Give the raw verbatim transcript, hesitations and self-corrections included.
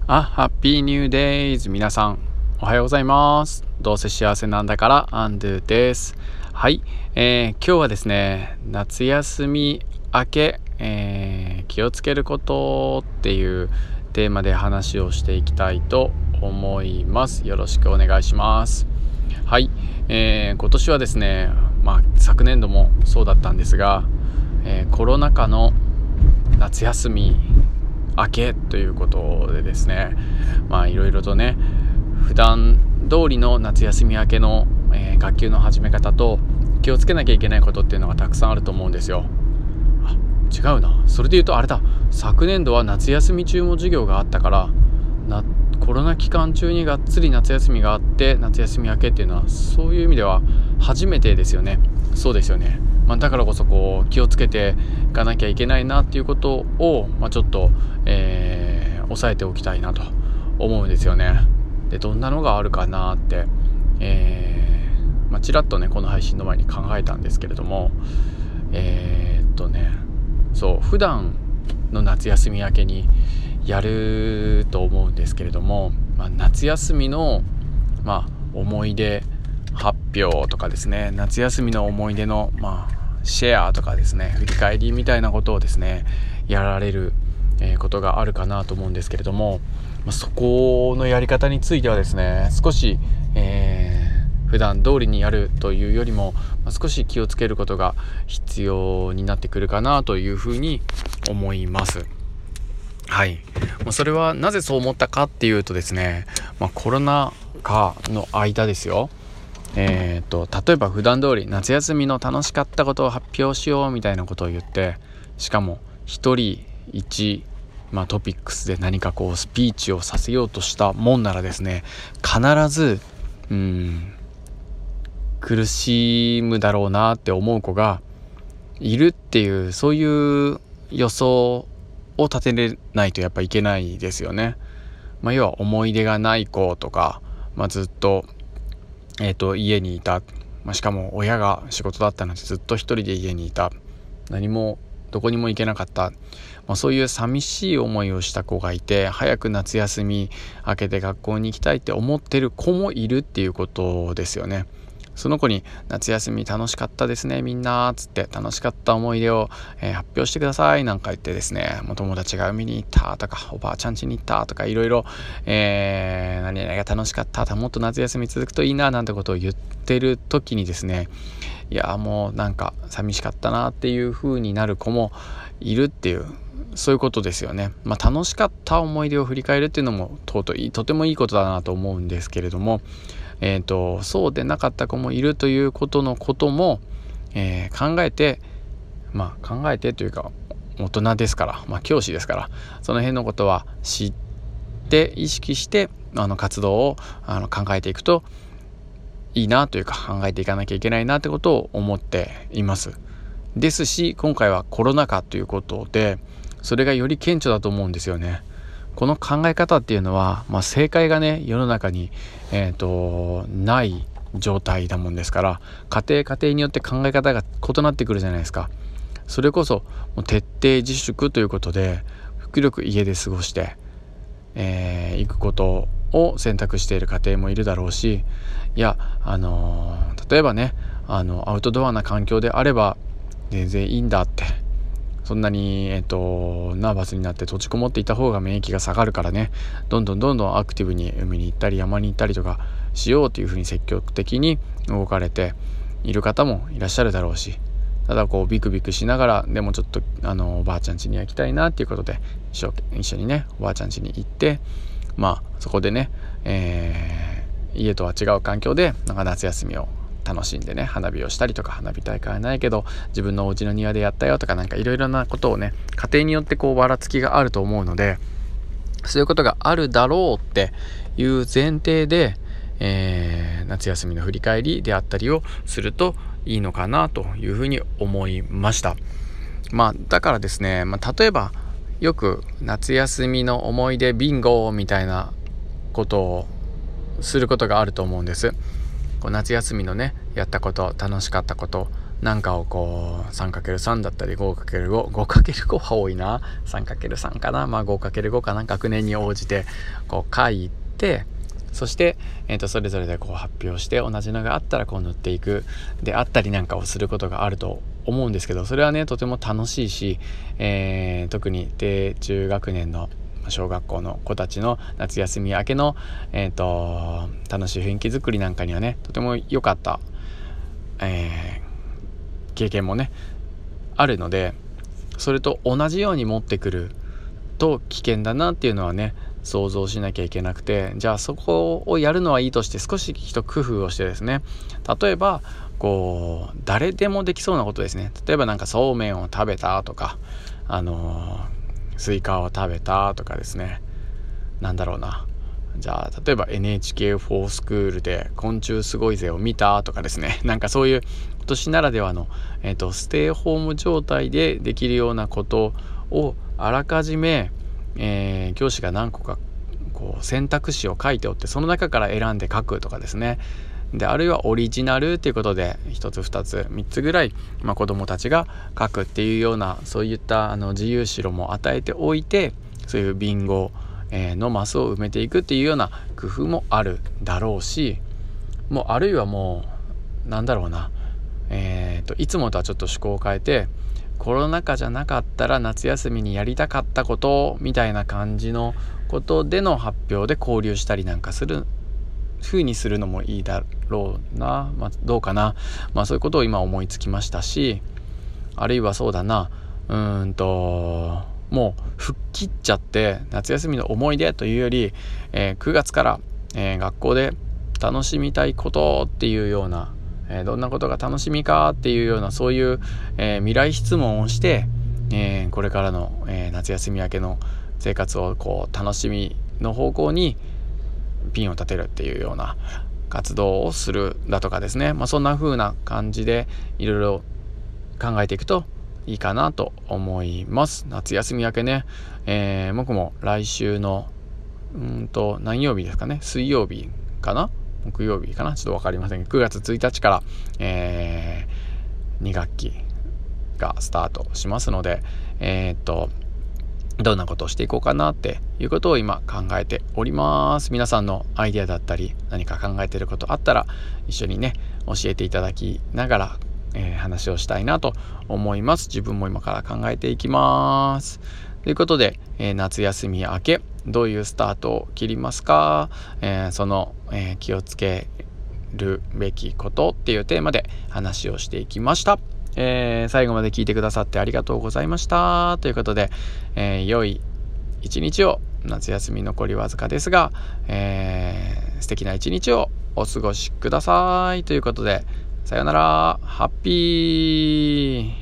あ、ハッピーニューデイズ。皆さんおはようございます。どうせ幸せなんだからアンドゥです。はい、えー、今日はですね、夏休み明け、えー、気をつけることっていうテーマで話をしていきたいと思います。よろしくお願いします。はい、えー、今年はですね、まあ昨年度もそうだったんですが、えー、コロナ禍の夏休み明けということでですね、まあいろいろとね、普段通りの夏休み明けの、えー、学級の始め方と気をつけなきゃいけないことっていうのがたくさんあると思うんですよ。あ、違うな。それで言うとあれだ。昨年度は夏休み中も授業があったからな、コロナ期間中にがっつり夏休みがあって夏休み明けっていうのはそういう意味では初めてですよね。そうですよね。まあ、だからこそこう気をつけていかなきゃいけないなっていうことを、まあ、ちょっと、えー、抑えておきたいなと思うんですよね。で、どんなのがあるかなって、えーまあ、ちらっとねこの配信の前に考えたんですけれども、えー、っとねそう普段の夏休み明けにやると思うんですけれども、まあ、夏休みの、まあ、思い出発表とかですね、夏休みの思い出の、まあ、シェアとかですね、振り返りみたいなことをですねやられる、えー、ことがあるかなと思うんですけれども、まあ、そこのやり方についてはですね少し、えー、普段通りにやるというよりも、まあ、少し気をつけることが必要になってくるかなというふうに思います。はい、まあ、それはなぜそう思ったかっていうとですね、まあ、コロナ禍の間ですよ、えー、と例えば普段通り夏休みの楽しかったことを発表しようみたいなことを言って、しかも一人一、まあ、トピックスで何かこうスピーチをさせようとしたもんならですね、必ずうーん苦しむだろうなって思う子がいるっていう、そういう予想を立てれないとやっぱいけないですよね。まあ、要は思い出がない子とか、まあ、ずっとえー、と家にいた、まあ、しかも親が仕事だったのでずっと一人で家にいた、何もどこにも行けなかった、まあ、そういう寂しい思いをした子がいて、早く夏休み明けて学校に行きたいって思ってる子もいるっていうことですよね。その子に夏休み楽しかったですねみんなつって、楽しかった思い出を、えー、発表してくださいなんか言ってですね、お友達が海に行ったとかおばあちゃん家に行ったとかいろいろ、えー、何々が楽しかったと、もっと夏休み続くといいななんてことを言ってる時にですね、いやもうなんか寂しかったなっていう風になる子もいるっていう、そういうことですよね。まあ、楽しかった思い出を振り返るっていうのもとととてもいいことだなと思うんですけれども、えーと、そうでなかった子もいるということのことも、えー、考えてまあ考えてというか大人ですから、まあ、教師ですから、その辺のことは知って意識してあの活動をあの考えていくといいなというか、考えていかなきゃいけないなってことを思っていますですし、今回はコロナ禍ということでそれがより顕著だと思うんですよね。この考え方っていうのは、まあ、正解がね世の中に、えーと、ない状態だもんですから、家庭家庭によって考え方が異なってくるじゃないですか。それこそもう徹底自粛ということで極力家で過ごして、えー、行くことを選択している家庭もいるだろうし、いや、あのー、例えばねあのアウトドアな環境であれば全然いいんだって、そんなに、えーと、ナーバスになって閉じこもっていた方が免疫が下がるからね、どんどんどんどんアクティブに海に行ったり山に行ったりとかしようというふうに積極的に動かれている方もいらっしゃるだろうし、ただこうビクビクしながらでもちょっとあのおばあちゃん家には行きたいなっていうことで一緒、一緒にねおばあちゃん家に行って、まあそこでね、えー、家とは違う環境でなんか夏休みを楽しんでね、花火をしたりとか、花火大会はないけど自分のお家の庭でやったよとか、なんかいろいろなことをね家庭によってこうばらつきがあると思うので、そういうことがあるだろうっていう前提で、えー、夏休みの振り返りであったりをするといいのかなというふうに思いました。まあだからですね、まあ、例えばよく夏休みの思い出ビンゴみたいなことをすることがあると思うんです。こう夏休みのねやったこと、楽しかったこと、 なんかをこう さんかけるさん だったり ごかけるご ごかけるご は多いな さんかけるさん かな、まあ ごかけるご かな、学年に応じてこう書いて、そして、えー、とそれぞれでこう発表して、同じのがあったらこう塗っていくであったりなんかをすることがあると思うんですけど、それはねとても楽しいし、えー、特に低中学年の小学校の子たちの夏休み明けの、えー、と楽しい雰囲気作りなんかにはねとても良かった、えー、経験もねあるので、それと同じように持ってくると危険だなっていうのはね想像しなきゃいけなくて、じゃあそこをやるのはいいとして少し一工夫をしてですね、例えばこう誰でもできそうなことですね。例えばなんかそうめんを食べたとか、あのー、スイカを食べたとかですね、なんだろうな、じゃあ例えば エヌエイチケーフォー スクールで昆虫すごいぜを見たとかですね、なんかそういう今年ならではの、えーと、ステイホーム状態でできるようなことをあらかじめ、えー、教師が何個かこう選択肢を書いておって、その中から選んで書くとかですね。であるいはオリジナルということでひとつふたつみっつぐらい、まあ、子どもたちが書くっていうような、そういったあの自由しろも与えておいて、そういうビンゴのマスを埋めていくっていうような工夫もあるだろうし、もうあるいはもうなんだろうな、えーといつもとはちょっと趣向を変えて、コロナ禍じゃなかったら夏休みにやりたかったことみたいな感じのことでの発表で交流したりなんかする風にするのもいいだろうな、まあ、どうかな、まあそういうことを今思いつきましたし、あるいはそうだな、うーんともう吹っ切っちゃって夏休みの思い出というより、えー、くがつから、えー、学校で楽しみたいことっていうような、えー、どんなことが楽しみかっていうような、そういう、えー、未来質問をして、えー、これからの、えー、夏休み明けの生活をこう楽しみの方向にピンを立てるっていうような活動をするだとかですね、まあ、そんな風な感じでいろいろ考えていくといいかなと思います。夏休み明けね、えー、僕も来週のうんと何曜日ですかね、水曜日かな木曜日かなちょっと分かりませんが、くがつついたちから、えー、に学期がスタートしますので、えー、っとどんなことをしていこうかなっていうことを今考えております。皆さんのアイデアだったり何か考えていることあったら一緒にね教えていただきながら、えー、話をしたいなと思います。自分も今から考えていきます。ということで、えー、夏休み明けどういうスタートを切りますか、えー、その、えー、気をつけるべきことっていうテーマで話をしていきました。えー、最後まで聞いてくださってありがとうございましたということで、えー、良い一日を、夏休み残りわずかですが、えー、素敵な一日をお過ごしくださいということで、さよなら、ハッピー。